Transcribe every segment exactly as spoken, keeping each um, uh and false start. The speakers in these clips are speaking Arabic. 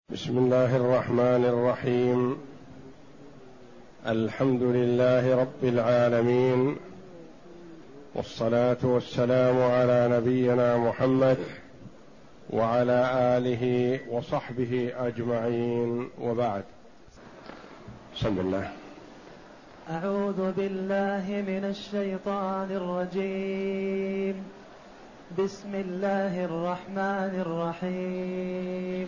بسم الله الرحمن الرحيم. الحمد لله رب العالمين، والصلاة والسلام على نبينا محمد وعلى آله وصحبه أجمعين، وبعد. بسم الله. أعوذ بالله من الشيطان الرجيم. بسم الله الرحمن الرحيم.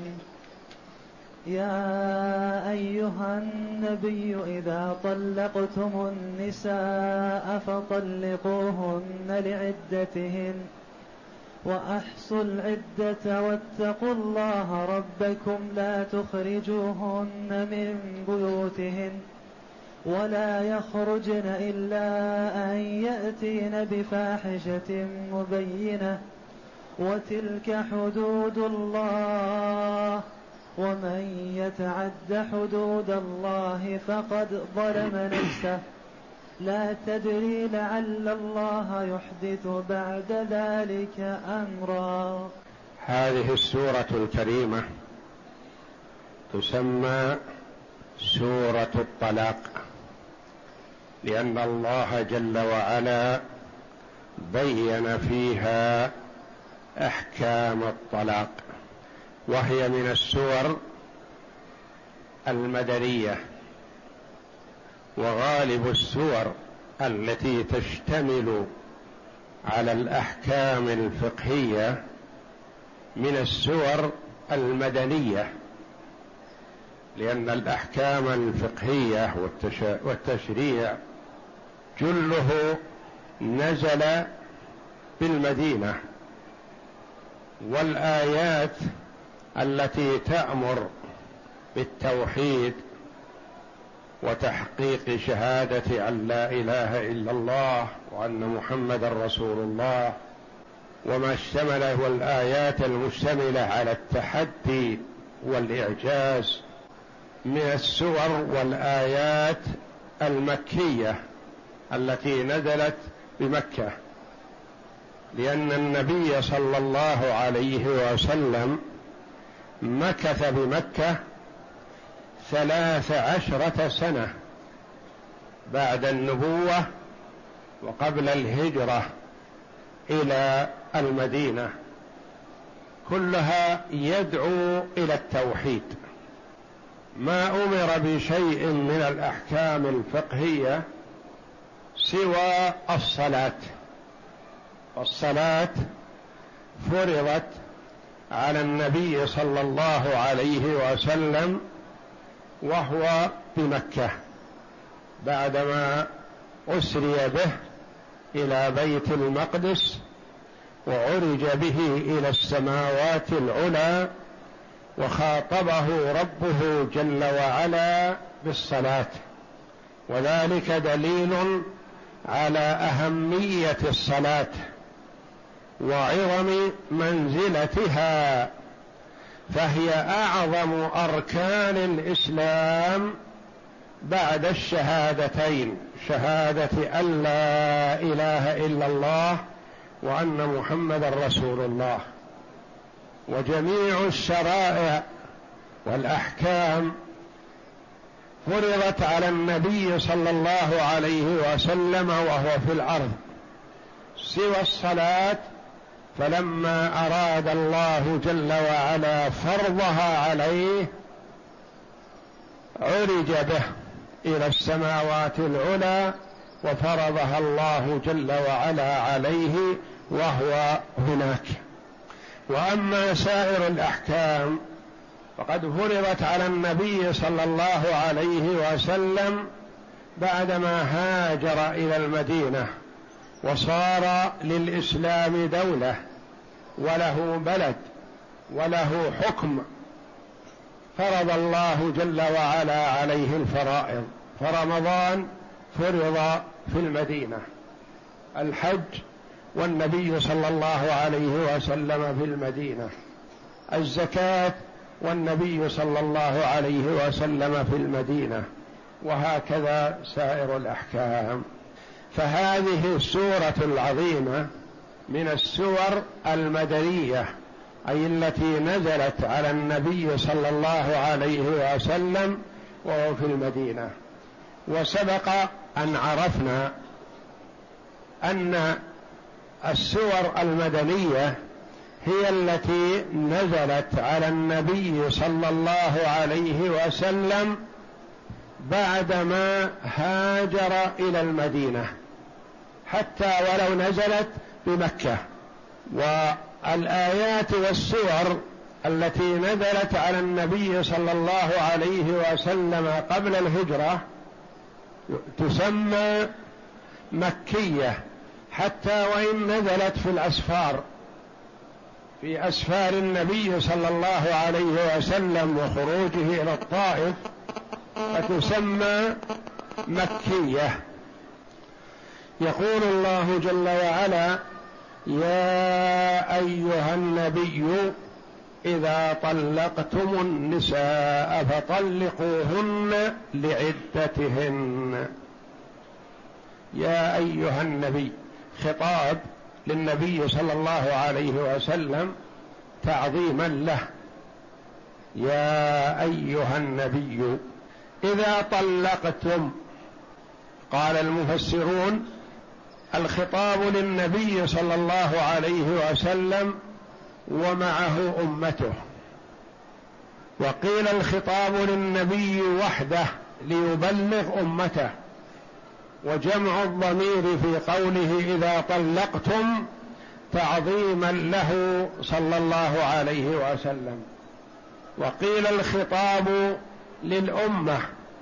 يا أيها النبي إذا طلقتم النساء فطلقوهن لعدتهن وأحصوا العدة واتقوا الله ربكم لا تخرجوهن من بيوتهن ولا يخرجن إلا أن يأتين بفاحشة مبينة وتلك حدود الله ومن يتعد حدود الله فقد ظلم نفسه لا تدري لعل الله يحدث بعد ذلك أمرا. هذه السورة الكريمة تسمى سورة الطلاق، لأن الله جل وعلا بين فيها أحكام الطلاق، وهي من السور المدنية، وغالب السور التي تشتمل على الأحكام الفقهية من السور المدنية، لأن الأحكام الفقهية والتشريع جله نزل بالمدينة، والآيات التي تأمر بالتوحيد وتحقيق شهادة أن لا إله إلا الله وأن محمدا رسول الله، وما اشتمله الآيات المشتملة على التحدي والإعجاز من السور والآيات المكية التي نزلت بمكة، لأن النبي صلى الله عليه وسلم مكث بمكة ثلاث عشرة سنة بعد النبوة وقبل الهجرة إلى المدينة، كلها يدعو إلى التوحيد، ما أمر بشيء من الأحكام الفقهية سوى الصلاة. والصلاة فرضت على النبي صلى الله عليه وسلم وهو بمكة بعدما أسري به إلى بيت المقدس وعرج به إلى السماوات العلى، وخاطبه ربه جل وعلا بالصلاة، وذلك دليل على أهمية الصلاة وعظم منزلتها، فهي أعظم أركان الإسلام بعد الشهادتين، شهادة أن لا إله إلا الله وأن محمدا رسول الله. وجميع الشرائع والأحكام فرضت على النبي صلى الله عليه وسلم وهو في الأرض سوى الصلاة، فلما أراد الله جل وعلا فرضها عليه عرج به إلى السماوات العلى وفرضها الله جل وعلا عليه وهو هناك. وأما سائر الأحكام فقد فرضت على النبي صلى الله عليه وسلم بعدما هاجر إلى المدينة وصار للإسلام دولة وله بلد وله حكم، فرض الله جل وعلا عليه الفرائض، فرمضان فرض في المدينة، الحج والنبي صلى الله عليه وسلم في المدينة، الزكاة والنبي صلى الله عليه وسلم في المدينة، وهكذا سائر الأحكام. فهذه السورة العظيمة من السور المدنية أي التي نزلت على النبي صلى الله عليه وسلم وهو في المدينة. وسبق أن عرفنا أن السور المدنية هي التي نزلت على النبي صلى الله عليه وسلم بعدما هاجر إلى المدينة، حتى ولو نزلت بمكة. والآيات والسور التي نزلت على النبي صلى الله عليه وسلم قبل الهجرة تسمى مكية، حتى وإن نزلت في الأسفار، في أسفار النبي صلى الله عليه وسلم وخروجه إلى الطائف، فتسمى مكية. يقول الله جل وعلا: يا أيها النبي إذا طلقتم النساء فطلقوهن لعدتهن. يا أيها النبي، خطاب للنبي صلى الله عليه وسلم تعظيما له. يا أيها النبي إذا طلقتم، قال المفسرون الخطاب للنبي صلى الله عليه وسلم ومعه أمته، وقيل الخطاب للنبي وحده ليبلغ أمته، وجمع الضمير في قوله إذا طلقتم تعظيما له صلى الله عليه وسلم. وقيل الخطاب للأمة،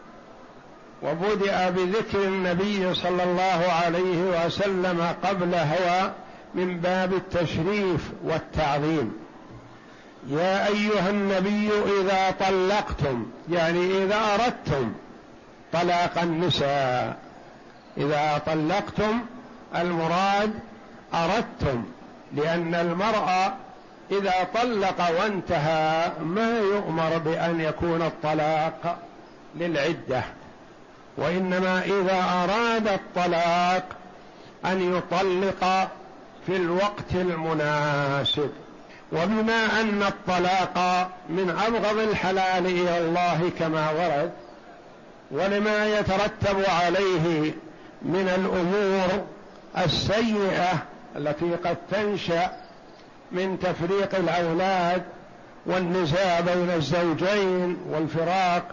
وبدأ بذكر النبي صلى الله عليه وسلم قبل هو من باب التشريف والتعظيم. يا أيها النبي إذا طلقتم، يعني إذا أردتم طلاق النساء. إذا طلقتم المراد أردتم، لأن المرأة إذا طلق وانتهى ما يؤمر بأن يكون الطلاق للعدة، وإنما إذا أراد الطلاق أن يطلق في الوقت المناسب. وبما أن الطلاق من أبغض الحلال إلى الله كما ورد، ولما يترتب عليه من الأمور السيئة التي قد تنشأ من تفريق الأولاد والنزاع بين الزوجين والفراق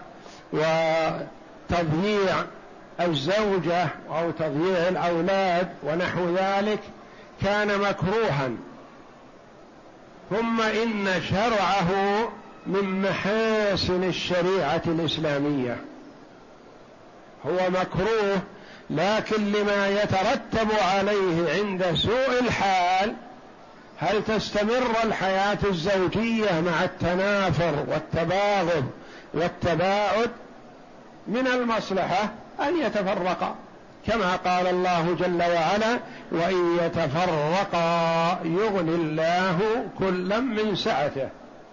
وتضييع الزوجة أو تضييع الأولاد ونحو ذلك، كان مكروها. ثم إن شرعه من محاسن الشريعة الإسلامية، هو مكروه لكن لما يترتب عليه عند سوء الحال. هل تستمر الحياة الزوجية مع التنافر والتباغض والتباعد؟ من المصلحة أن يتفرقا، كما قال الله جل وعلا: وإن يتفرقا يغني الله كلا من سعته.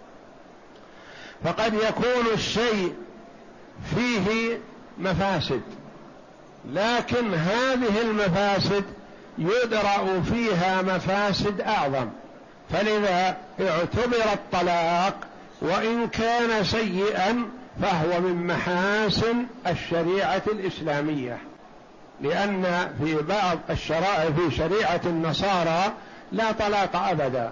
فقد يكون الشيء فيه مفاسد، لكن هذه المفاسد يدرأ فيها مفاسد أعظم، فلذا اعتبر الطلاق وإن كان سيئا فهو من محاسن الشريعة الإسلامية، لأن في بعض الشرائع في شريعة النصارى لا طلاق أبدا.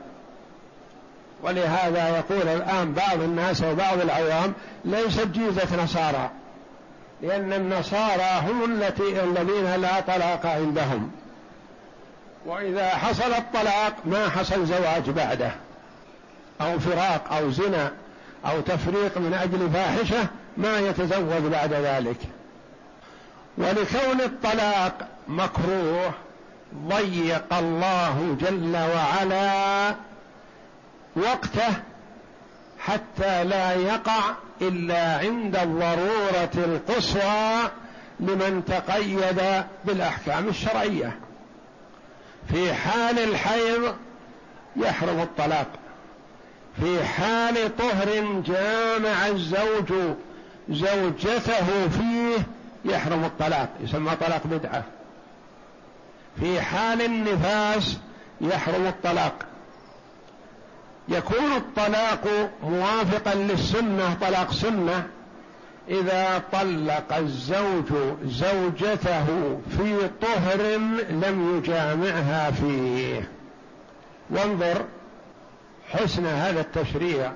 ولهذا يقول الآن بعض الناس وبعض العوام ليست جيزة نصارى، لأن النصارى هم التي الذين لا طلاق عندهم، وإذا حصل الطلاق ما حصل زواج بعده أو فراق أو زنا أو تفريق من أجل فاحشة، ما يتزوج بعد ذلك. ولكون الطلاق مكروه ضيق الله جل وعلا وقته حتى لا يقع إلا عند الضرورة القصوى لمن تقيد بالأحكام الشرعية. في حال الحيض يحرم الطلاق، في حال طهر جامع الزوج زوجته فيه يحرم الطلاق، يسمى طلاق بدعة. في حال النفاس يحرم الطلاق، يكون الطلاق موافقا للسنة طلاق سنة إذا طلق الزوج زوجته في طهر لم يجامعها فيه. وانظر حسن هذا التشريع،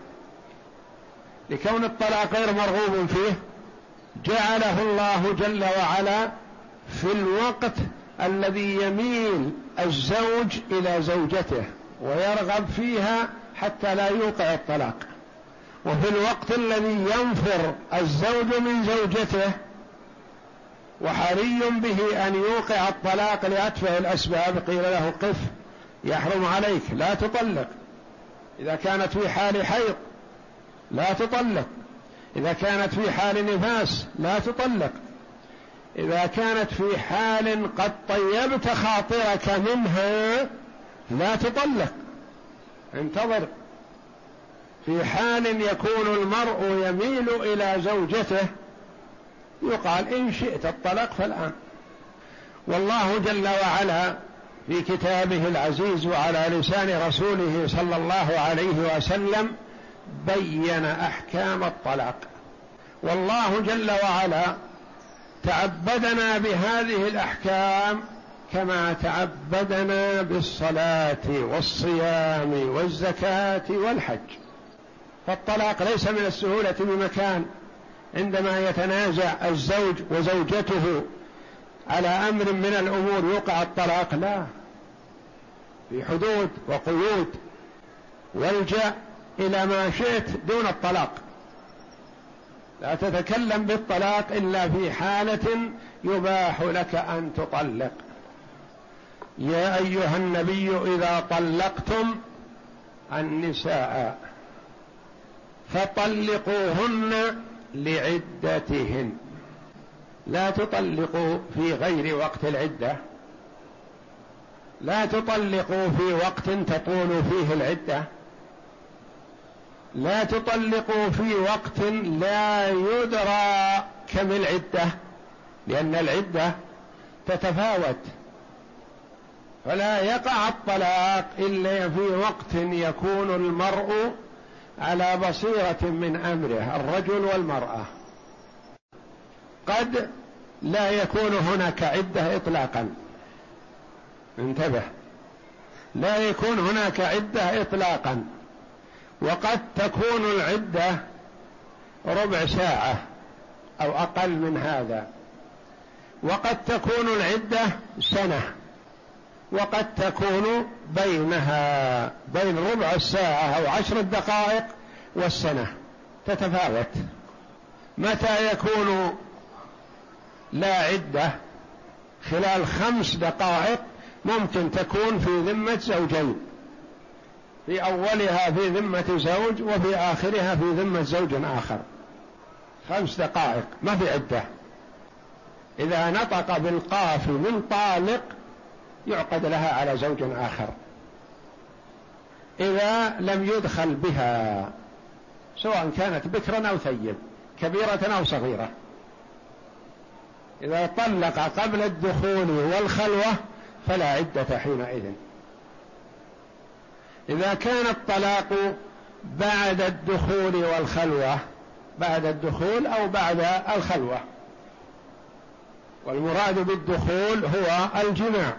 لكون الطلاق غير مرغوب فيه جعله الله جل وعلا في الوقت الذي يميل الزوج إلى زوجته ويرغب فيها حتى لا يوقع الطلاق، وفي الوقت الذي ينفر الزوج من زوجته وحري به أن يوقع الطلاق لأتفه الأسباب قيل له قف يحرم عليك لا تطلق. إذا كانت في حال حيض لا تطلق، إذا كانت في حال نفاس لا تطلق، إذا كانت في حال قد طيبت خاطرك منها لا تطلق، انتظر. في حال يكون المرء يميل إلى زوجته يقال إن شئت الطلاق فالآن. والله جل وعلا في كتابه العزيز وعلى لسان رسوله صلى الله عليه وسلم بين أحكام الطلاق. والله جل وعلا تعبدنا بهذه الأحكام كما تعبدنا بالصلاة والصيام والزكاة والحج. فالطلاق ليس من السهولة بمكان، عندما يتنازع الزوج وزوجته على أمر من الأمور يوقع الطلاق، لا، في حدود وقيود، والجأ إلى ما شئت دون الطلاق. لا تتكلم بالطلاق إلا في حالة يباح لك أن تطلق. يا أيها النبي إذا طلقتم النساء فطلقوهن لعدتهن. لا تطلقوا في غير وقت العدة، لا تطلقوا في وقت تطول فيه العدة، لا تطلقوا في وقت لا يدرى كم العدة، لأن العدة تتفاوت، فلا يقع الطلاق إلا في وقت يكون المرء على بصيرة من أمره، الرجل والمرأة. قد لا يكون هناك عدة إطلاقا، انتبه، لا يكون هناك عدة إطلاقا، وقد تكون العدة ربع ساعة أو أقل من هذا، وقد تكون العدة سنة، وقد تكون بينها بين ربع الساعة أو عشر دقائق والسنة، تتفاوت. متى يكون لا عدة؟ خلال خمس دقائق ممكن تكون في ذمة زوجين، في أولها في ذمة زوج وفي آخرها في ذمة زوج آخر، خمس دقائق ما في عدة. إذا نطق بالقاف من طالق يعقد لها على زوج آخر إذا لم يدخل بها، سواء كانت بكرا أو ثيب، كبيرة أو صغيرة. إذا طلق قبل الدخول والخلوة فلا عدة حينئذ. إذا كان الطلاق بعد الدخول والخلوة، بعد الدخول أو بعد الخلوة، والمراد بالدخول هو الجماع،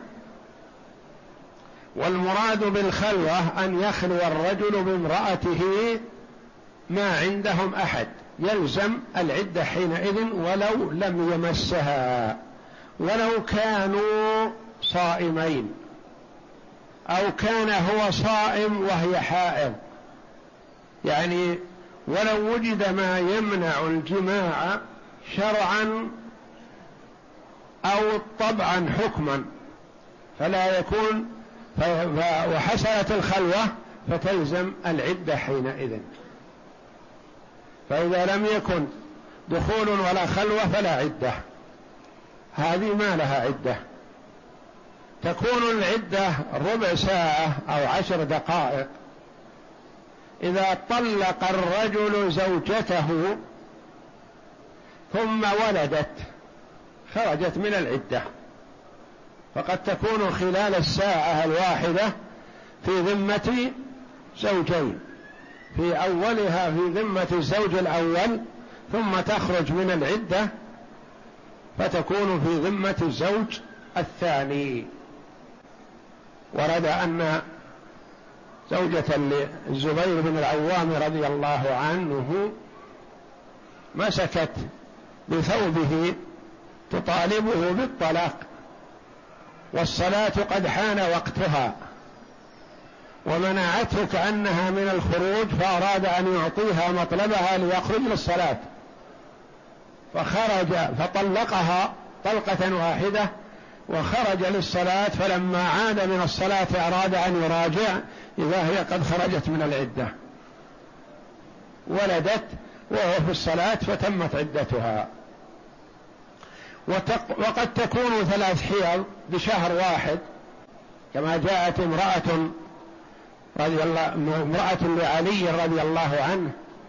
والمراد بالخلوة أن يخلو الرجل بامرأته ما عندهم أحد، يلزم العدة حينئذ ولو لم يمسها، ولو كانوا صائمين أو كان هو صائم وهي حائض، يعني ولو وجد ما يمنع الجماع شرعا أو طبعا حكما فلا يكون، وحصلت الخلوة فتلزم العدة حينئذ. فإذا لم يكن دخول ولا خلوة فلا عدة، هذه ما لها عدة. تكون العدة ربع ساعة أو عشر دقائق إذا طلق الرجل زوجته ثم ولدت خرجت من العدة، فقد تكون خلال الساعة الواحدة في ذمة زوجين، في أولها في ذمة الزوج الأول، ثم تخرج من العدة فتكون في ذمة الزوج الثاني. ورد أن زوجة الزبير بن العوام رضي الله عنه مسكت بثوبه تطالبه بالطلاق، والصلاة قد حان وقتها، ومنعته كأنها من الخروج، فأراد أن يعطيها مطلبها ليخرج للصلاة، فخرج فطلقها طلقة واحدة وخرج للصلاة. فلما عاد من الصلاة أراد أن يراجع، إذا هي قد خرجت من العدة، ولدت وهو في الصلاة فتمت عدتها. وقد تكون ثلاث حيض بشهر واحد، كما جاءت امرأة رضي الله امرأة لعلي رضي الله عنه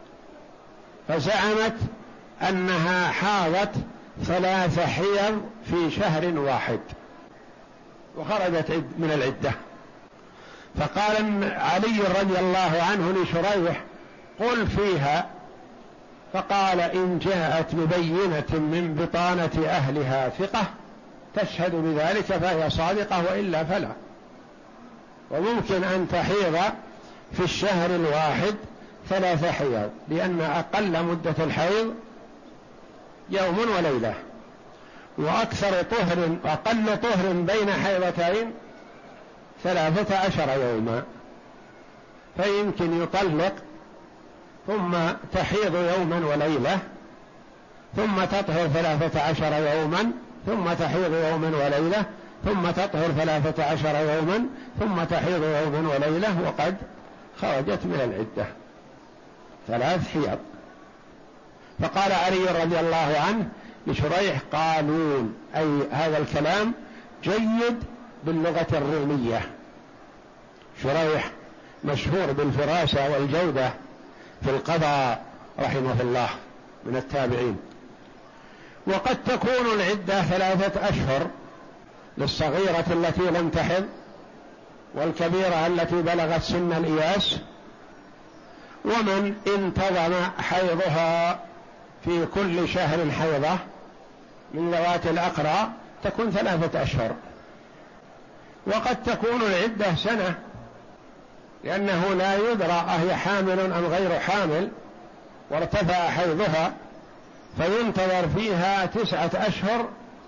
فزعمت أنها حاضت ثلاث حيض في شهر واحد وخرجت من العدة. فقال علي رضي الله عنه لشريح: قل فيها. فقال: إن جاءت ببينة من بطانة أهلها ثقة تشهد بذلك فهي صادقة، وإلا فلا. وممكن أن تحيض في الشهر الواحد ثلاث حيض، لأن أقل مدة الحيض يوم وليلة، وأكثر طهر أقل طهر بين حيضتين ثلاثة عشر يوما، فيمكن يطلق ثم تحيض يوما وليلة، ثم تطهر ثلاثة عشر يوما، ثم تحيض يوما وليلة، ثم تطهر ثلاثة عشر يوما، ثم تحيض يوما وليلة، وقد خرجت من العدة ثلاث حيض. فقال علي رضي الله عنه لشريح: قالون، أي هذا الكلام جيد باللغة الرومية. شريح مشهور بالفراسة والجودة في القضاء رحمه الله من التابعين. وقد تكون العدة ثلاثة أشهر للصغيرة التي لم تحض، والكبيرة التي بلغت سن الإياس، ومن انتظم حيضها في كل شهر حيضة من ذوات الأقرى تكون ثلاثة أشهر. وقد تكون العدة سنة، لأنه لا يدرى أهي حامل أم غير حامل، وارتفع حيضها فينتظر فيها تسعة أشهر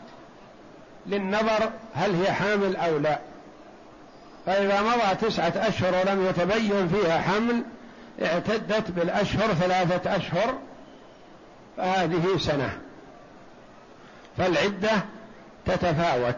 للنظر هل هي حامل أو لا. فإذا مضى تسعة أشهر ولم يتبين فيها حمل اعتدت بالأشهر ثلاثة أشهر، فهذه سنة. فالعدة تتفاوت،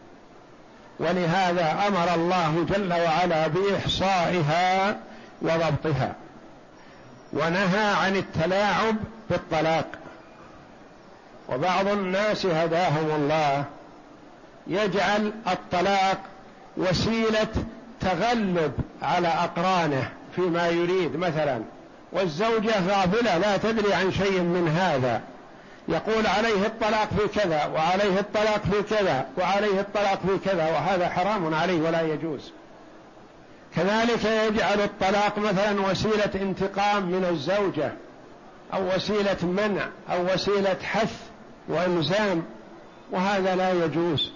ولهذا أمر الله جل وعلا بإحصائها وضبطها، ونهى عن التلاعب بالطلاق. وبعض الناس هداهم الله يجعل الطلاق وسيلة تغلب على أقرانه فيما يريد مثلا، والزوجة غافلة لا تدري عن شيء من هذا، يقول عليه الطلاق في كذا، وعليه الطلاق في كذا، وعليه الطلاق في كذا، وهذا حرام عليه ولا يجوز. كذلك يجعل الطلاق مثلا وسيلة انتقام من الزوجة، أو وسيلة منع، أو وسيلة حث وإلزام، وهذا لا يجوز.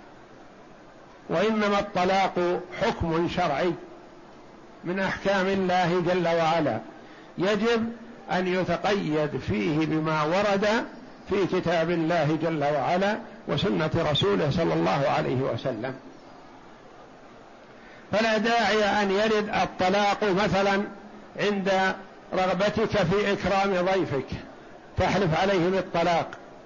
وإنما الطلاق حكم شرعي من أحكام الله جل وعلا، يجب أن يتقيد فيه بما ورد في كتاب الله جل وعلا وسنة رسوله صلى الله عليه وسلم. فلا داعي أن يرد الطلاق مثلا عند رغبتك في إكرام ضيفك تحلف عليه بالطلاق،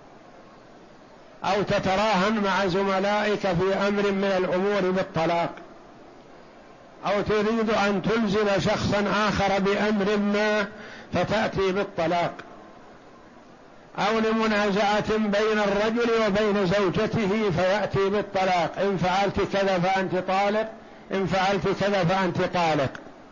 أو تتراهن مع زملائك في أمر من الأمور بالطلاق، أو تريد أن تلزم شخصا آخر بأمر ما فتأتي بالطلاق، أو لمنازعة بين الرجل وبين زوجته فيأتي بالطلاق: إن فعلت كذا فأنت طالق، إن فعلت كذا فأنت طالق.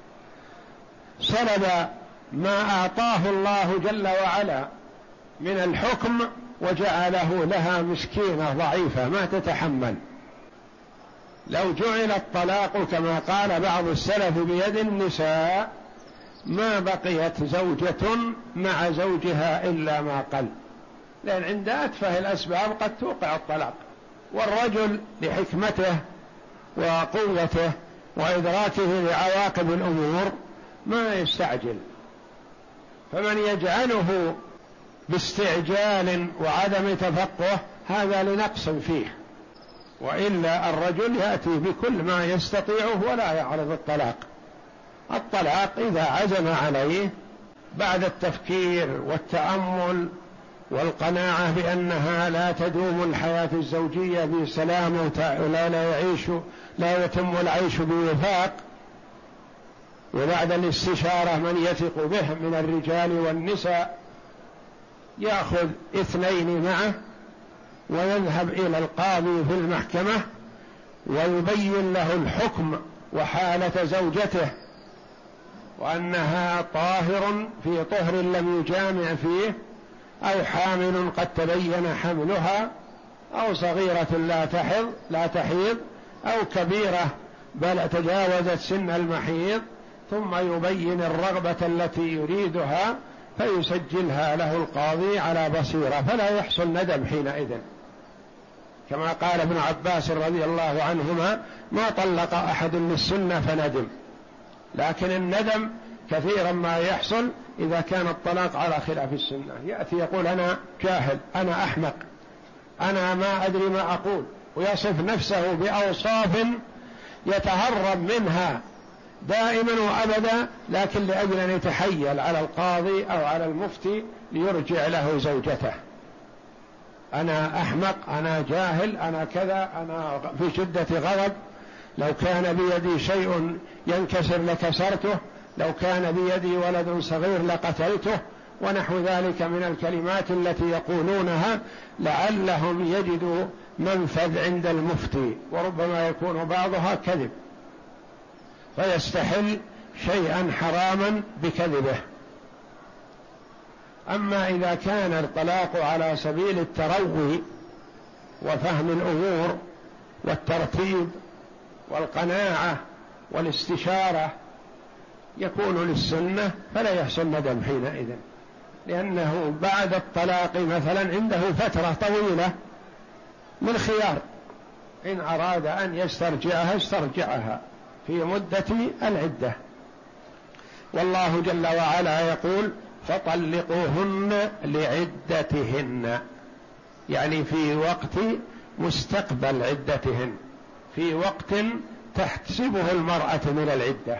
سلب ما أعطاه الله جل وعلا من الحكم وجعله لها مسكينة ضعيفة ما تتحمل. لو جعل الطلاق كما قال بعض السلف بيد النساء ما بقيت زوجة مع زوجها إلا ما قل، لأن عند أتفه الأسباب قد توقع الطلاق، والرجل لحكمته وقوته وإدراكه لعواقب الأمور ما يستعجل، فمن يجعله باستعجال وعدم تفقه هذا لنقص فيه، وإلا الرجل يأتي بكل ما يستطيعه ولا يعرض الطلاق. الطلاق إذا عزم عليه بعد التفكير والتأمل والقناعة بأنها لا تدوم الحياة الزوجية بسلام ولا لا يعيش لا يتم العيش بوفاق، وبعد الاستشارة من يثق به من الرجال والنساء يأخذ اثنين معه ويذهب إلى القاضي في المحكمة ويبين له الحكم وحالة زوجته، وأنها طاهر في طهر لم يجامع فيه، أو حامل قد تبين حملها، أو صغيرة لا تحض لا تحيض، أو كبيرة بل تجاوزت سن المحيض، ثم يبين الرغبة التي يريدها فيسجلها له القاضي على بصيرة، فلا يحصل ندم حينئذ، كما قال ابن عباس رضي الله عنهما: ما طلق أحد للسنة فندم. لكن الندم كثيرا ما يحصل إذا كان الطلاق على خلاف السنة، يأتي يقول: أنا جاهل، أنا أحمق، أنا ما أدري ما أقول، ويصف نفسه بأوصاف يتهرب منها دائما وأبدا، لكن لأجل أن يتحيل على القاضي أو على المفتي ليرجع له زوجته. أنا أحمق، أنا جاهل، أنا كذا، أنا في شدة غضب، لو كان بيدي شيء ينكسر لكسرته، لو كان بيدي ولد صغير لقتلته، ونحو ذلك من الكلمات التي يقولونها لعلهم يجدوا منفذ عند المفتي، وربما يكون بعضها كذب، فيستحل شيئا حراما بكذبه. أما إذا كان الطلاق على سبيل التروي وفهم الأمور والترتيب والقناعة والاستشارة يكون للسنة، فلا يحصل ندم حينئذ، لأنه بعد الطلاق مثلا عنده فترة طويلة من خيار، إن أراد أن يسترجعها استرجعها في مدة العدة. والله جل وعلا يقول: فطلقوهن لعدتهن، يعني في وقت مستقبل عدتهن، في وقت تحتسبه المرأة من العدة،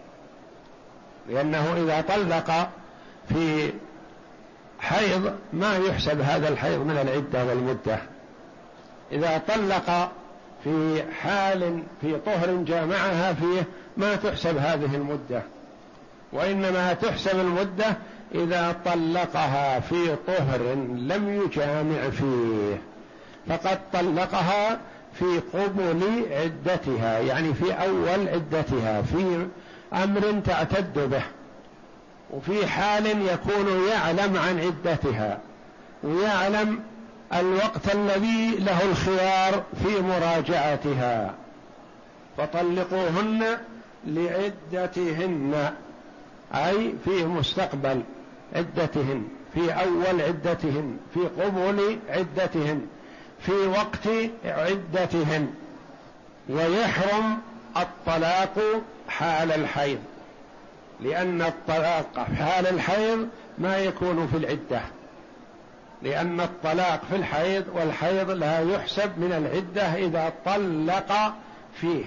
لأنه إذا طلق في حيض ما يحسب هذا الحيض من العدة والمدة. إذا طلق في حال في طهر جامعها فيه ما تحسب هذه المدة، وإنما تحسب المدة إذا طلقها في طهر لم يجامع فيه، فقد طلقها في قبل عدتها، يعني في أول عدتها، في أمر تعتد به، وفي حال يكون يعلم عن عدتها ويعلم الوقت الذي له الخيار في مراجعتها. فطلقوهن لعدتهن، أي في مستقبل عدتهن، في أول عدتهن، في قبل عدتهن، في وقت عدتهن. ويحرم الطلاق حال الحيض، لأن الطلاق حال الحيض ما يكون في العدة، لأن الطلاق في الحيض والحيض لا يحسب من العدة إذا طلق فيه.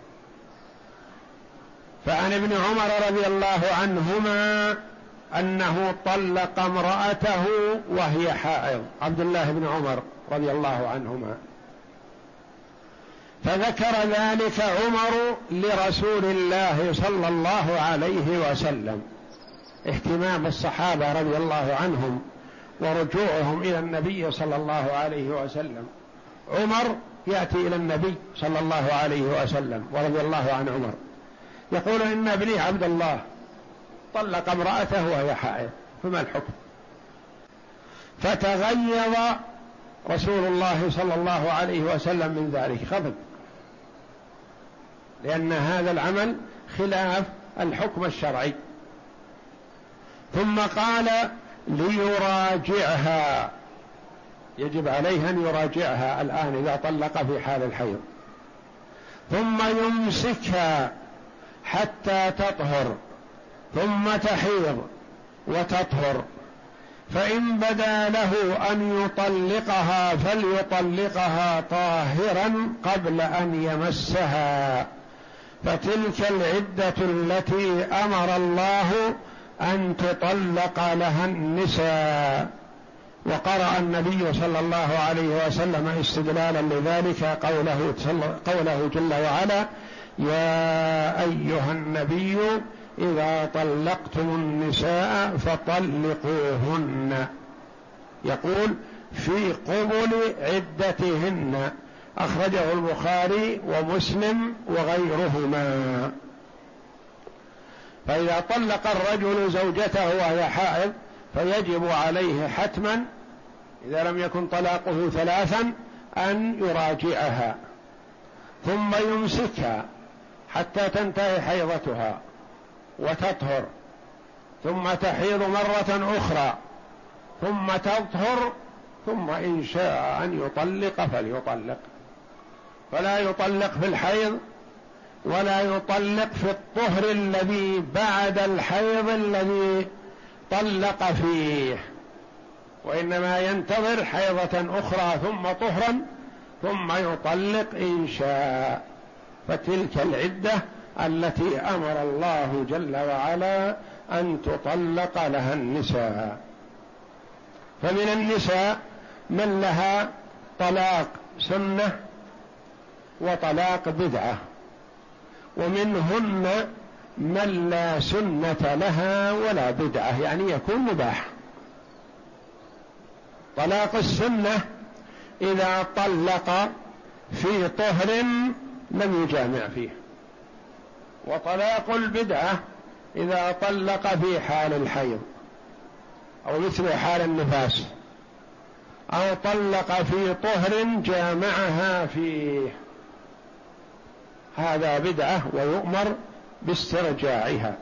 فعن ابن عمر رضي الله عنهما أنه طلق امرأته وهي حائض، عبد الله بن عمر رضي الله عنهما، فذكر ذلك عمر لرسول الله صلى الله عليه وسلم، اهتمام الصحابة رضي الله عنهم ورجوعهم إلى النبي صلى الله عليه وسلم. عمر يأتي إلى النبي صلى الله عليه وسلم ورضي الله عن عمر، يقول: إن ابني عبد الله طلق امرأته وهي حائض، فما الحكم؟ فتغيظ رسول الله صلى الله عليه وسلم من ذلك، غضب، لأن هذا العمل خلاف الحكم الشرعي. ثم قال ليراجعها، يجب عليه أن يراجعها الآن إذا طلق في حال الحيض، ثم يمسكها حتى تطهر ثم تحيض وتطهر، فإن بدا له أن يطلقها فليطلقها طاهرا قبل أن يمسها، فتلك العدة التي أمر الله أن تطلق لها النساء. وقرأ النبي صلى الله عليه وسلم استدلالا لذلك قوله, قوله جل وعلا: يا أيها النبي إذا طلقتم النساء فطلقوهن، يقول في قبل عدتهن، أخرجه البخاري ومسلم وغيرهما. فإذا طلق الرجل زوجته وهي حائض فيجب عليه حتما إذا لم يكن طلاقه ثلاثا أن يراجعها، ثم يمسكها حتى تنتهي حيضتها وتطهر، ثم تحيض مرة أخرى، ثم تطهر، ثم إن شاء أن يطلق فليطلق، فلا يطلق في الحيض ولا يطلق في الطهر الذي بعد الحيض الذي طلق فيه، وإنما ينتظر حيضة أخرى ثم طهرا ثم يطلق إن شاء. فتلك العدة التي أمر الله جل وعلا أن تطلق لها النساء. فمن النساء من لها طلاق سنة وطلاق بدعة، ومنهن من لا سنة لها ولا بدعة، يعني يكون مباح. طلاق السنة إذا طلق في طهر لم يجامع فيه، وطلاق البدعة إذا طلق في حال الحيض أو مثل حال النفاس، أو طلق في طهر جامعها فيه، هذا بدعة ويؤمر باسترجاعها.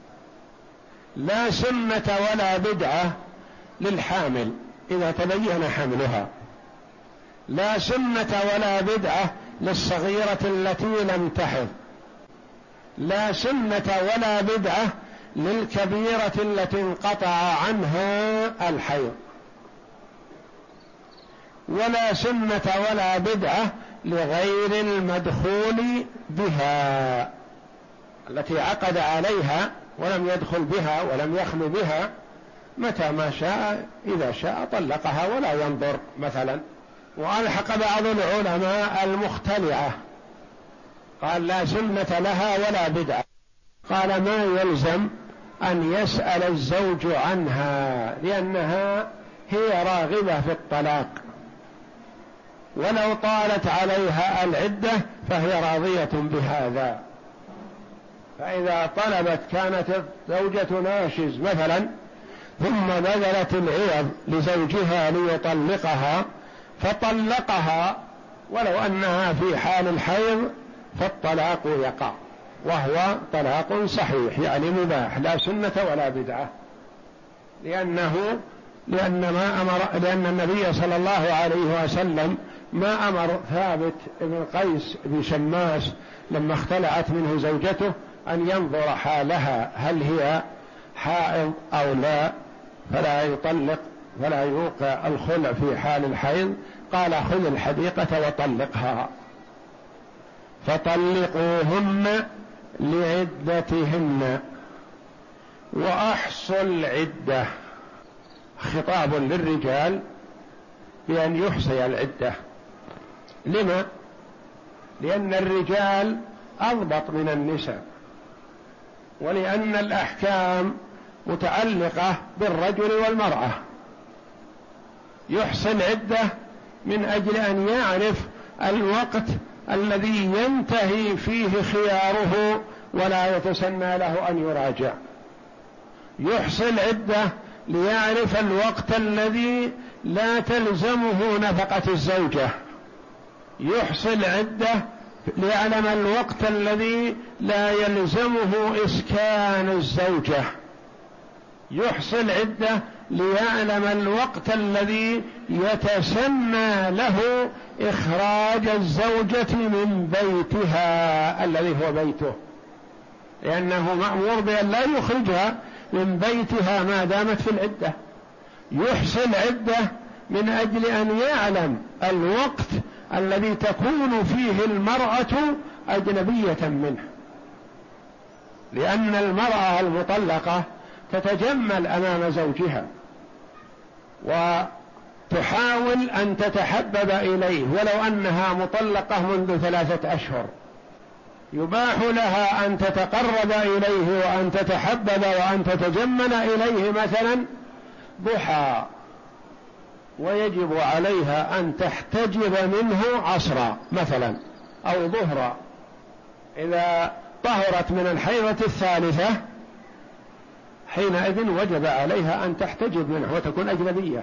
لا سنة ولا بدعة للحامل إذا تبين حملها، لا سنة ولا بدعة للصغيرة التي لم تحض، لا سنة ولا بدعة للكبيرة التي انقطع عنها الحيض، ولا سنة ولا بدعة لغير المدخول بها التي عقد عليها ولم يدخل بها ولم يخلو بها، متى ما شاء إذا شاء طلقها ولا ينظر مثلا. وألحق بعض العلماء المختلعة قال لا سنة لها ولا بدعة، قال ما يلزم أن يسأل الزوج عنها لأنها هي راغبة في الطلاق، ولو طالت عليها العدة فهي راضية بهذا. فإذا طلبت كانت الزوجة ناشز مثلا ثم بذلت العوض لزوجها ليطلقها فطلقها ولو أنها في حال الحيض فالطلاق يقع، وهو طلاق صحيح يعني مباح لا سنة ولا بدعة، لأنه لأن ما أمر لأن النبي صلى الله عليه وسلم ما أمر ثابت بن قيس بن شماس لما اختلعت منه زوجته أن ينظر حالها هل هي حائض أو لا فلا يطلق فلا يوقع الخلع في حال الحيض، قال خذ الحديقة وطلقها. فطلقوهن لعدتهن وأحصوا العدة، خطاب للرجال بأن يحصي العدة. لما؟ لأن الرجال أضبط من النساء، ولأن الأحكام متعلقة بالرجل والمرأة. يحصي العدة من أجل أن يعرف الوقت الذي ينتهي فيه خياره ولا يتسنى له أن يراجع. يحصي العدة ليعرف الوقت الذي لا تلزمه نفقة الزوجة. يحصي العدة ليعلم الوقت الذي لا يلزمه إسكان الزوجة، يحصي العدة ليعلم الوقت الذي يتسنى له إخراج الزوجة من بيتها الذي هو بيته، لأنه مأمور بأن لا يخرجها من بيتها ما دامت في العدة. يحصي العدة من أجل أن يعلم الوقت الذي تكون فيه المرأة أجنبية منه، لأن المرأة المطلقة تتجمل أمام زوجها وتحاول أن تتحبب إليه، ولو أنها مطلقة منذ ثلاثة أشهر يباح لها أن تتقرب إليه وأن تتحبب وأن تتجمل إليه مثلا ضحى، ويجب عليها أن تحتجب منه عصرا مثلا أو ظهرا. إذا طهرت من الحيضة الثالثة حينئذ وجب عليها أن تحتجب منه وتكون أجنبية،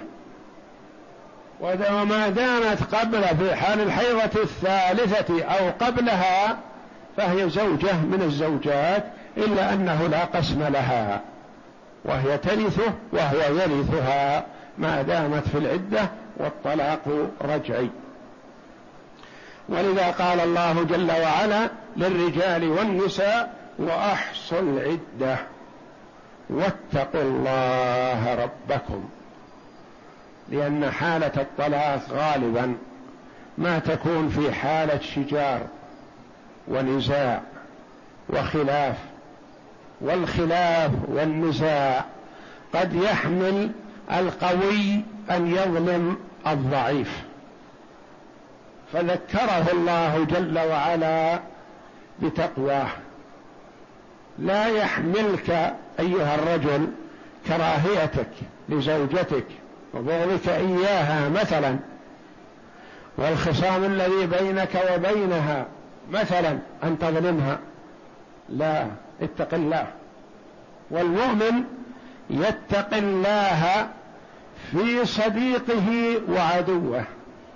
وما دامت قبل في حال الحيضة الثالثة أو قبلها فهي زوجة من الزوجات، إلا أنه لا قسم لها، وهي ترثه وهو يرثها ما دامت في العدة، والطلاق رجعي. ولذا قال الله جل وعلا للرجال والنساء: وأحصوا العدة واتقوا الله ربكم، لأن حالة الطلاق غالبا ما تكون في حالة شجار ونزاع وخلاف، والخلاف والنزاع قد يحمل القوي أن يظلم الضعيف، فذكره الله جل وعلا بتقواه. لا يحملك أيها الرجل كراهيتك لزوجتك وبغضك إياها مثلا، والخصام الذي بينك وبينها مثلا أن تظلمها، لا، اتق الله. والمؤمن يتق الله في صديقه وعدوه،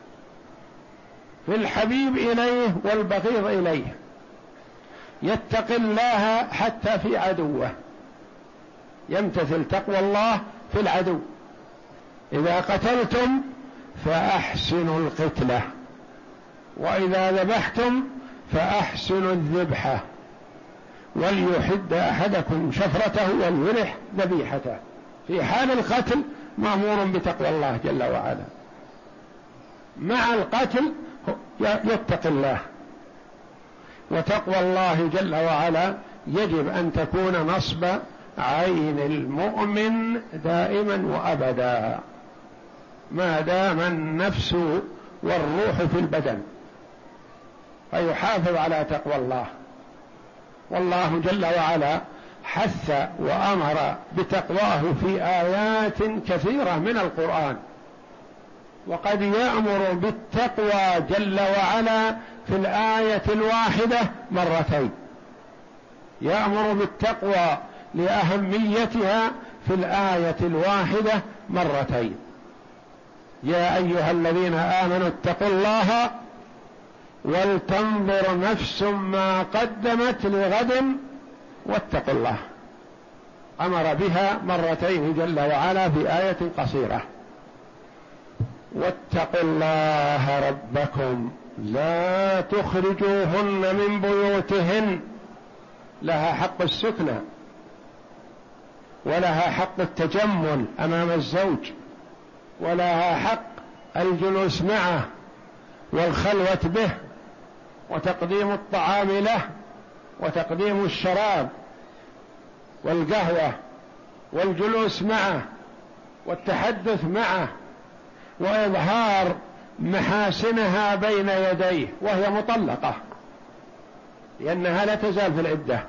في الحبيب إليه والبغيض إليه، يتق الله حتى في عدوه، يمتثل تقوى الله في العدو. إذا قتلتم فأحسنوا القتلة، وإذا ذبحتم فأحسنوا الذبحة، وليحد أحدكم شفرته وليرح ذبيحته. في حال القتل مأمور بتقوى الله جل وعلا، مع القتل يتق الله. وتقوى الله جل وعلا يجب أن تكون نصب عين المؤمن دائما وأبدا ما دام النفس والروح في البدن، فيحافظ على تقوى الله. والله جل وعلا حث وأمر بتقواه في آيات كثيرة من القرآن، وقد يأمر بالتقوى جل وعلا في الآية الواحدة مرتين، يأمر بالتقوى لأهميتها في الآية الواحدة مرتين: يا أيها الذين آمنوا اتقوا الله ولتنظر نفس ما قدمت لغد واتقوا الله. أمر بها مرتين جل وعلا في آية قصيرة. واتقوا الله ربكم لا تخرجوهن من بيوتهن، لها حق السكنى ولها حق التجمل أمام الزوج، ولها حق الجلوس معه والخلوة به وتقديم الطعام له وتقديم الشراب والقهوة والجلوس معه والتحدث معه وإظهار محاسنها بين يديه وهي مطلقة، لأنها لا تزال في العدة،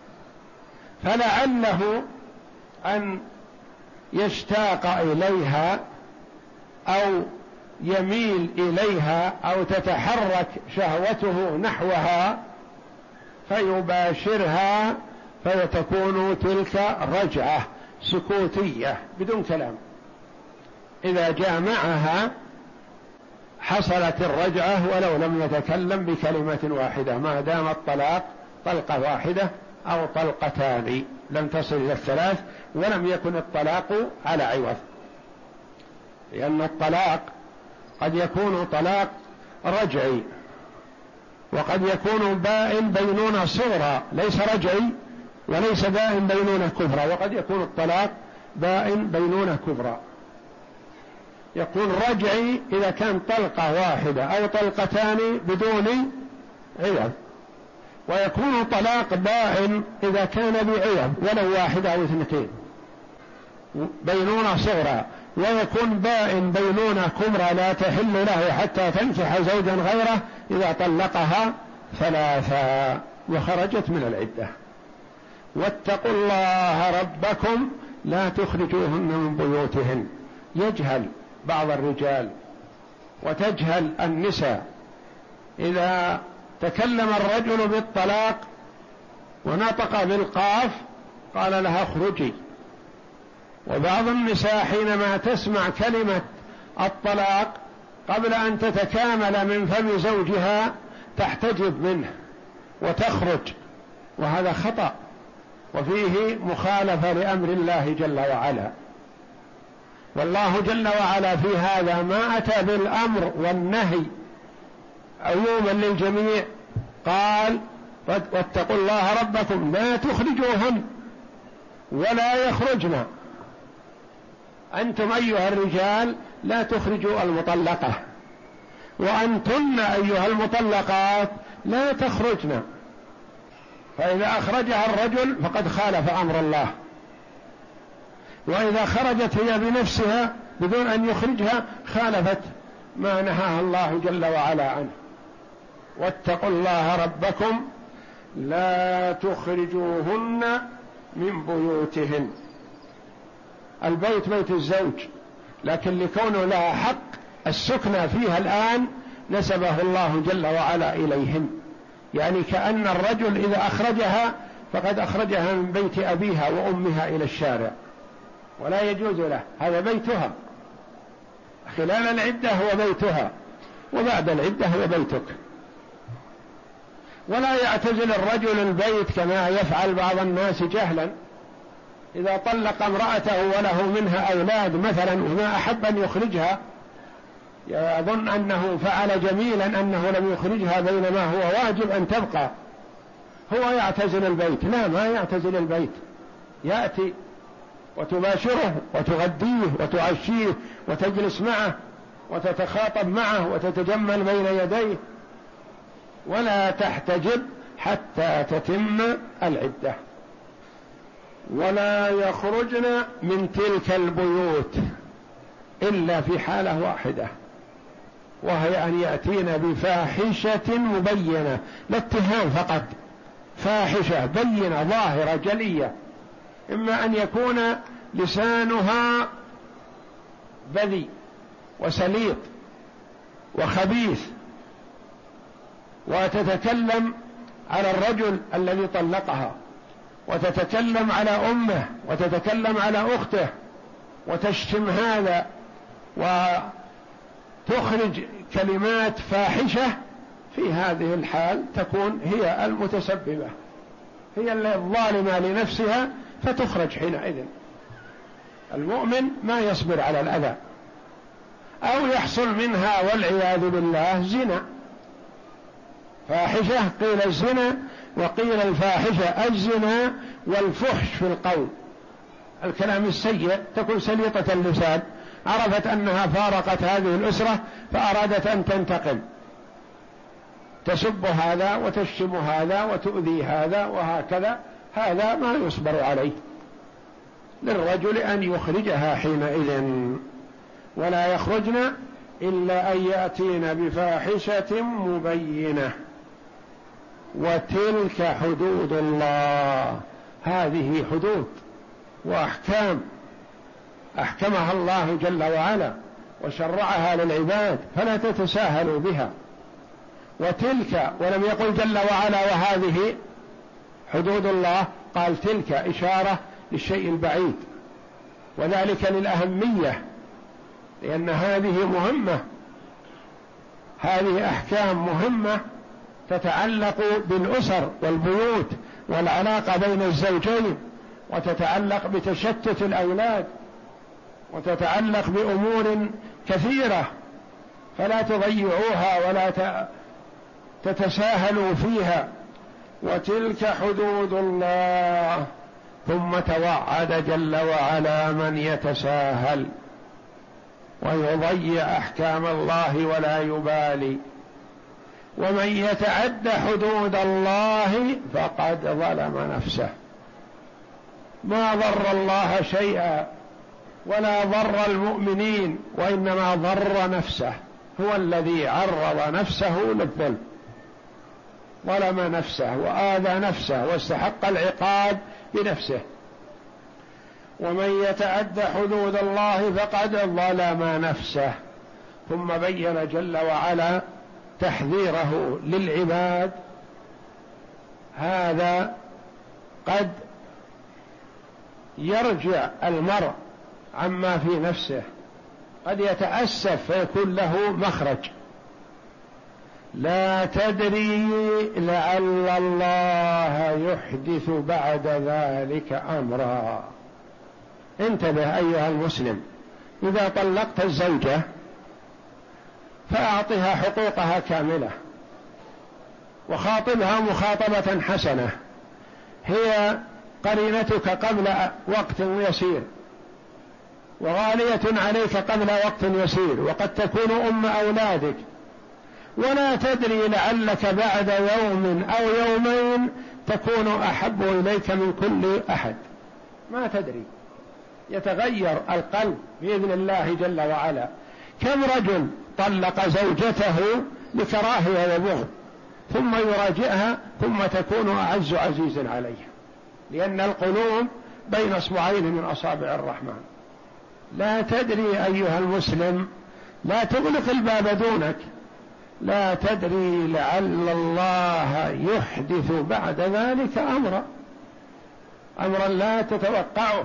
فلعله أن يشتاق إليها أو يميل إليها أو تتحرك شهوته نحوها فيباشرها، فيتكون تلك رجعة سكوتية بدون كلام. إذا جامعها حصلت الرجعة ولو لم يتكلم بكلمة واحدة، ما دام الطلاق طلقة واحدة أو طلقتان لم تصل إلى الثلاث ولم يكن الطلاق على عوض. لأن الطلاق قد يكون طلاق رجعي، وقد يكون بائن بينونة صغرى ليس رجعي، وليس بائن بينونة كبرى، وقد يكون الطلاق بائن بينونة كبرى. يكون رجعي إذا كان طلقة واحدة أو طلقتان بدون عوض، ويكون طلاق بائن إذا كان بعوض ولو واحدة أو اثنتين بينونة صغرى، ويكون بائن بينونة كبرى لا تحل له حتى تنكح زوجا غيره إذا طلقها ثلاثا وخرجت من العدة. واتقوا الله ربكم لا تخرجوهن من بيوتهن. يجهل بعض الرجال وتجهل النساء، إذا تكلم الرجل بالطلاق ونطق بالقاف قال لها اخرجي، وبعض النساء حينما تسمع كلمة الطلاق قبل أن تتكامل من فم زوجها تحتجب منه وتخرج، وهذا خطأ وفيه مخالفة لأمر الله جل وعلا. والله جل وعلا في هذا ما أتى بالأمر والنهي عموما للجميع، قال واتقوا الله ربكم لا تخرجوهن ولا يخرجن. أنتم أيها الرجال لا تخرجوا المطلقة، وأنتن أيها المطلقات لا تخرجن. فإذا أخرجها الرجل فقد خالف أمر الله، وإذا خرجت هي بنفسها بدون أن يخرجها خالفت ما نهاها الله جل وعلا عنه. واتقوا الله ربكم لا تخرجوهن من بيوتهن. البيت بيت الزوج، لكن لكونه لها حق السكنى فيها الآن نسبه الله جل وعلا إليهن، يعني كأن الرجل إذا أخرجها فقد أخرجها من بيت أبيها وأمها إلى الشارع، ولا يجوز له، هذا بيتها خلال العدة هو بيتها، وبعد العدة هو بيتك. ولا يعتزل الرجل البيت كما يفعل بعض الناس جهلا، إذا طلق امرأته وله منها أولاد مثلا وما أحب أن يخرجها يظن أنه فعل جميلا أنه لم يخرجها بينما هو واجب أن تبقى، هو يعتزل البيت. لا، ما يعتزل البيت، يأتي وتباشره وتغديه وتعشيه وتجلس معه وتتخاطب معه وتتجمل بين يديه، ولا تحتجب حتى تتم العدة. ولا يخرجن من تلك البيوت إلا في حالة واحدة، وهي أن يأتين بفاحشة مبينة، لا اتهام فقط، فاحشة بينة ظاهرة جلية، إما أن يكون لسانها بذيء وسليط وخبيث وتتكلم على الرجل الذي طلقها، وتتكلم على أمه، وتتكلم على أخته، وتشتم هذا وتخرج كلمات فاحشة، في هذه الحال تكون هي المتسببة، هي الظالمة لنفسها فتخرج حينئذ. المؤمن ما يصبر على الأذى، أو يحصل منها والعياذ بالله زنا، فاحشة قيل الزنا وقيل الفاحشة الزنا والفحش في القول، الكلام السيء، تكون سليطة اللسان، عرفت أنها فارقت هذه الأسرة فأرادت أن تنتقم، تسب هذا وتشتم هذا وتؤذي هذا وهكذا، هذا ما يصبر عليه. للرجل أن يخرجها حينئذ. ولا يخرجن إلا أن يأتين بفاحشة مبينة، وتلك حدود الله. هذه حدود وأحكام أحكمها الله جل وعلا وشرعها للعباد، فلا تتساهلوا بها. وتلك، ولم يقل جل وعلا وهذه حدود الله، قال تلك إشارة للشيء البعيد، وذلك للأهمية، لأن هذه مهمة هذه أحكام مهمة تتعلق بالأسر والبيوت والعلاقة بين الزوجين، وتتعلق بتشتت الأولاد، وتتعلق بأمور كثيرة، فلا تضيعوها ولا تتساهلوا فيها. وتلك حدود الله. ثم توعد جل وعلا من يتساهل ويضيع أحكام الله ولا يبالي. ومن يتعد حدود الله فقد ظلم نفسه. ما ضر الله شيئا ولا ضر المؤمنين، وإنما ضر نفسه، هو الذي عرض نفسه للظلم، ظلم نفسه وآذى نفسه واستحق العقاب بنفسه. ومن يتعد حدود الله فقد ظلم نفسه. ثم بين جل وعلا تحذيره للعباد. هذا قد يرجع المرء عما في نفسه، قد يتأسف فيكون له مخرج. لا تدري لعل الله يحدث بعد ذلك أمرا. انتبه أيها المسلم، إذا طلقت الزوجة فأعطها حقوقها كاملة، وخاطبها مخاطبة حسنة، هي قرينتك قبل وقت يسير، وغالية عليك قبل وقت يسير، وقد تكون أم أولادك، ولا تدري لعلك بعد يوم أو يومين تكون أحب إليك من كل أحد. ما تدري، يتغير القلب بإذن الله جل وعلا. كم رجل طلق زوجته لكراهية وبغض، ثم يراجعها ثم تكون أعز عزيز عليه، لأن القلوب بين اصبعين من أصابع الرحمن. لا تدري أيها المسلم، لا تغلق الباب دونك، لا تدري لعل الله يحدث بعد ذلك أمرا، أمرا لا تتوقعه.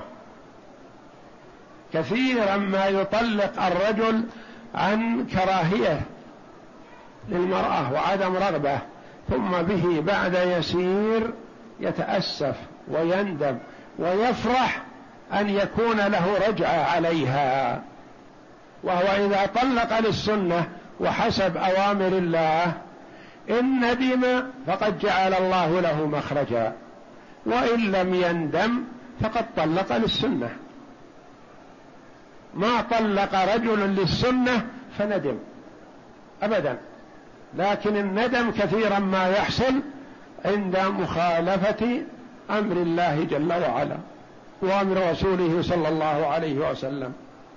كثيرا ما يطلق الرجل عن كراهية للمرأة وعدم رغبة، ثم به بعد يسير يتأسف ويندم ويفرح أن يكون له رجعة عليها. وهو إذا طلق للسنة وحسب أوامر الله إن ندم فقد جعل الله له مخرجا، وإن لم يندم فقد طلق للسنة. ما طلق رجل للسنة فندم أبدا، لكن الندم كثيرا ما يحصل عند مخالفة أمر الله جل وعلا وأمر رسوله صلى الله عليه وسلم.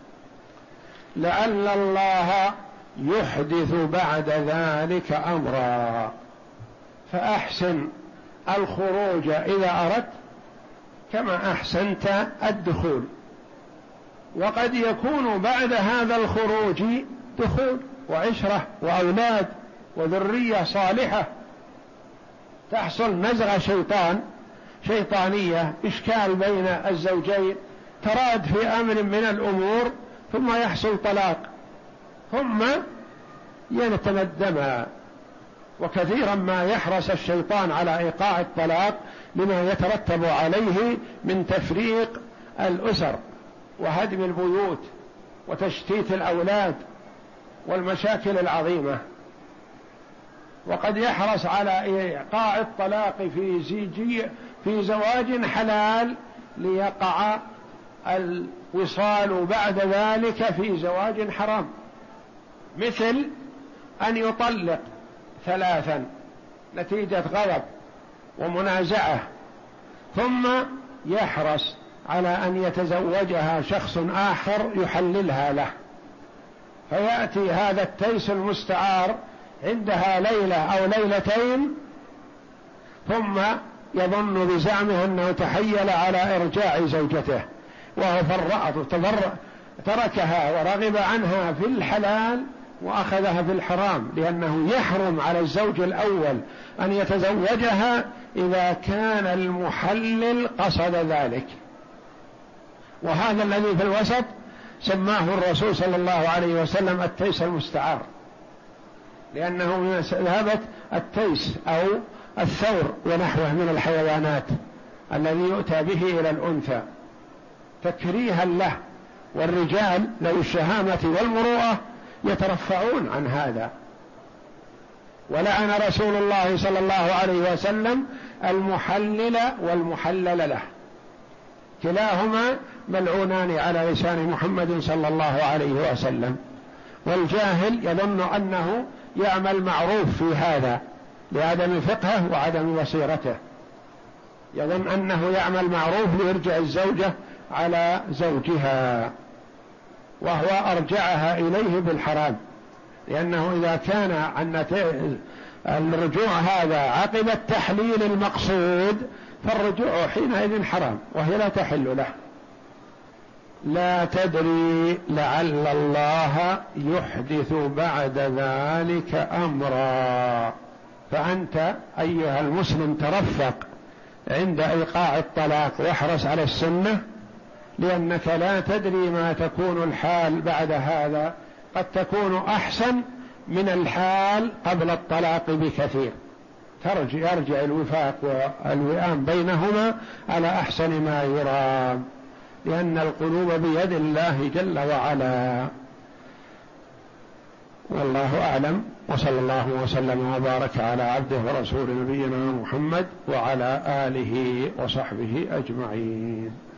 لعل الله يحدث بعد ذلك أمرا، فأحسن الخروج إذا أردت كما أحسنت الدخول. وقد يكون بعد هذا الخروج دخول وعشرة وأولاد وذرية صالحة، تحصل نزغة شيطان شيطانية، إشكال بين الزوجين، تراد في أمر من الأمور، ثم يحصل طلاق، ثم يتندما. وكثيرا ما يحرص الشيطان على إيقاع الطلاق لما يترتب عليه من تفريق الأسر وهدم البيوت وتشتيت الأولاد والمشاكل العظيمة. وقد يحرص على إيقاع الطلاق في زيجي في زواج حلال ليقع الوصال بعد ذلك في زواج حرام، مثل أن يطلق ثلاثا نتيجة غضب ومنازعة، ثم يحرص على أن يتزوجها شخص آخر يحللها له، فيأتي هذا التيس المستعار عندها ليلة أو ليلتين، ثم يظن بزعمه أنه تحيل على إرجاع زوجته، وهو فرط تركها ورغب عنها في الحلال وأخذها في الحرام، لأنه يحرم على الزوج الأول أن يتزوجها إذا كان المحلل قصد ذلك. وهذا الذي في الوسط سماه الرسول صلى الله عليه وسلم التيس المستعار، لأنه مثابة التيس أو الثور ونحوه من الحيوانات الذي يؤتى به إلى الأنثى تكريها له، والرجال ذوي الشهامة والمروءة يترفعون عن هذا. ولعن رسول الله صلى الله عليه وسلم المحلل والمحلل له، كلاهما ملعونان على لسان محمد صلى الله عليه وسلم. والجاهل يظن أنه يعمل معروف في هذا لعدم فقهه وعدم بصيرته، يظن أنه يعمل معروف ليرجع الزوجة على زوجها، وهو أرجعها إليه بالحرام، لأنه إذا كان عن الرجوع هذا عقب التحليل المقصود فالرجوع حينئذ حرام وهي لا تحل له. لا تدري لعل الله يحدث بعد ذلك أمرا. فأنت أيها المسلم ترفق عند إيقاع الطلاق واحرص على السنة، لأنك لا تدري ما تكون الحال بعد هذا، قد تكون أحسن من الحال قبل الطلاق بكثير، ترجع يرجع الوفاق والوئام بينهما على أحسن ما يرام، لأن القلوب بيد الله جل وعلا. والله أعلم، وصلى الله وسلم وبارك على عبده ورسول نبينا محمد وعلى آله وصحبه أجمعين.